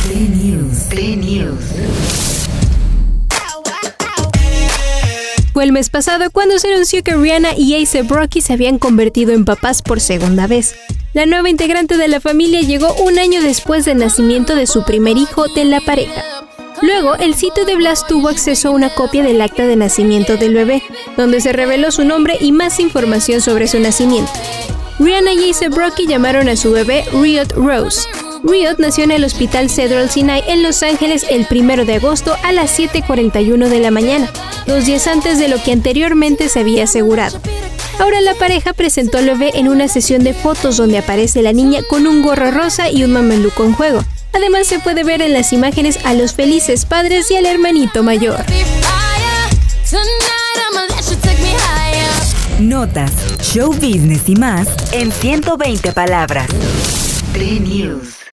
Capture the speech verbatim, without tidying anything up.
Play News. Play News. Fue el mes pasado cuando se anunció que Rihanna y A$ap Rocky se habían convertido en papás por segunda vez. La nueva integrante de la familia llegó un año después del nacimiento de su primer hijo de la pareja. Luego, el sitio de Blast tuvo acceso a una copia del acta de nacimiento del bebé, donde se reveló su nombre y más información sobre su nacimiento. Rihanna y A$ap Rocky llamaron a su bebé Riot Rose. Riot nació en el Hospital Cedar Sinai en Los Ángeles el primero de agosto a las siete cuarenta y uno de la mañana, dos días antes de lo que anteriormente se había asegurado. Ahora la pareja presentó al bebé en una sesión de fotos donde aparece la niña con un gorro rosa y un mameluco en juego. Además se puede ver en las imágenes a los felices padres y al hermanito mayor. Notas, show business y más en ciento veinte palabras. Play News.